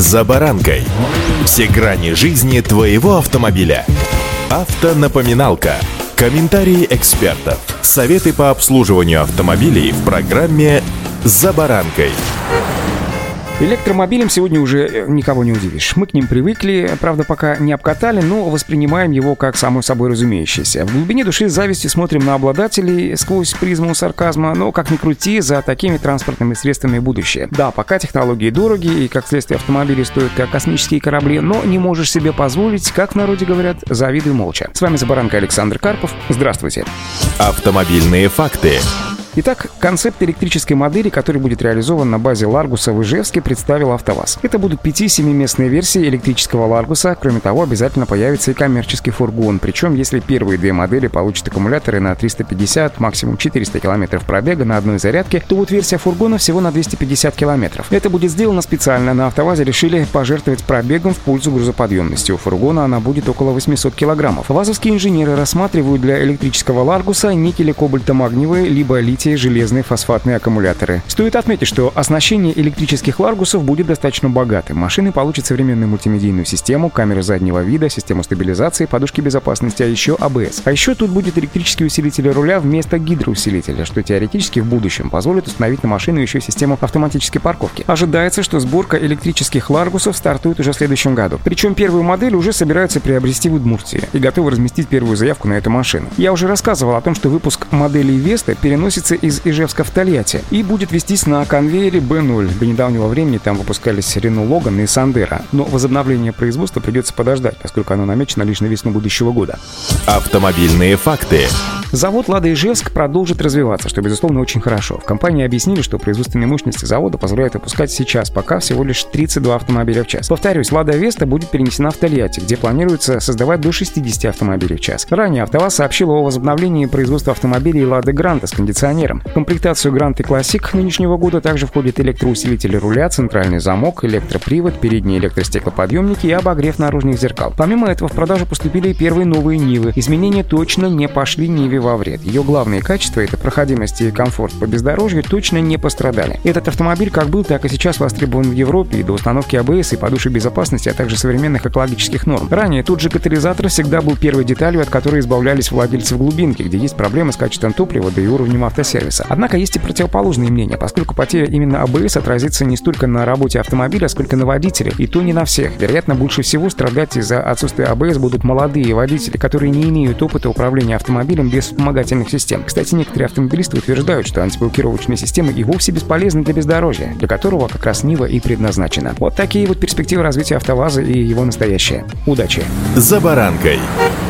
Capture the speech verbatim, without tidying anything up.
«За баранкой». Все грани жизни твоего автомобиля. Автонапоминалка. Комментарии экспертов. Советы по обслуживанию автомобилей в программе «За баранкой». Электромобилем сегодня уже никого не удивишь. Мы к ним привыкли, правда, пока не обкатали, но воспринимаем его как само собой разумеющееся. В глубине души с завистью смотрим на обладателей сквозь призму сарказма, но, как ни крути, за такими транспортными средствами будущее. Да, пока технологии дороги, и, как следствие, автомобили стоят как космические корабли, но не можешь себе позволить, как в народе говорят, завидуй молча. С вами «За баранкой» Александр Карпов. Здравствуйте. Автомобильные факты. Итак, концепт электрической модели, который будет реализован на базе Ларгуса в Ижевске, представил АвтоВАЗ. Это будут пяти-семиместные версии электрического Ларгуса. Кроме того, обязательно появится и коммерческий фургон. Причем, если первые две модели получат аккумуляторы на триста пятьдесят, максимум четыреста километров пробега на одной зарядке, то вот версия фургона всего на двести пятьдесят километров. Это будет сделано специально. На АвтоВАЗе решили пожертвовать пробегом в пользу грузоподъемности. У фургона она будет около восемьсот килограммов. ВАЗовские инженеры рассматривают для электрического Ларгуса никеле-кобальтомагниевые либо литий железные фосфатные аккумуляторы. Стоит отметить, что оснащение электрических Ларгусов будет достаточно богатым. Машины получат современную мультимедийную систему, камеры заднего вида, систему стабилизации, подушки безопасности, а еще а бэ эс. А еще тут будет электрический усилитель руля вместо гидроусилителя, что теоретически в будущем позволит установить на машину еще систему автоматической парковки. Ожидается, что сборка электрических Ларгусов стартует уже в следующем году. Причем первую модель уже собираются приобрести в Удмуртии и готовы разместить первую заявку на эту машину. Я уже рассказывал о том, что выпуск моделей Веста переносится из Ижевска в Тольятти и будет вестись на конвейере бэ ноль. До недавнего времени там выпускались Renault Logan и Sandero, но возобновление производства придется подождать, поскольку оно намечено лишь на весну будущего года. Автомобильные факты. Завод «Лада Ижевск» продолжит развиваться, что, безусловно, очень хорошо. В компании объяснили, что производственные мощности завода позволяют выпускать сейчас пока всего лишь тридцать два автомобиля в час. Повторюсь, «Лада Веста» будет перенесена в Тольятти, где планируется создавать до шестидесяти автомобилей в час. Ранее АвтоВАЗ сообщил о возобновлении производства автомобилей «Лада Гранта» с кондиционером. В комплектацию Грант и Классик нынешнего года также входят электроусилители руля, центральный замок, электропривод, передние электростеклоподъемники и обогрев наружных зеркал. Помимо этого в продажу поступили и первые новые Нивы. Изменения точно не пошли Ниве во вред. Ее главные качества — это проходимость и комфорт по бездорожью — точно не пострадали. Этот автомобиль как был, так и сейчас востребован в Европе и до установки а бэ эс и подушек безопасности, а также современных экологических норм. Ранее тот же катализатор всегда был первой деталью, от которой избавлялись владельцы в глубинке, где есть проблемы с качеством топлива, да и уровнем автосервиса. Однако есть и противоположные мнения, поскольку потеря именно а бэ эс отразится не столько на работе автомобиля, сколько на водителях, и то не на всех. Вероятно, больше всего страдать из-за отсутствия а бэ эс будут молодые водители, которые не имеют опыта управления автомобилем без вспомогательных систем. Кстати, некоторые автомобилисты утверждают, что антиблокировочные системы и вовсе бесполезны для бездорожья, для которого как раз Нива и предназначена. Вот такие вот перспективы развития АвтоВАЗа и его настоящее. Удачи! «За баранкой».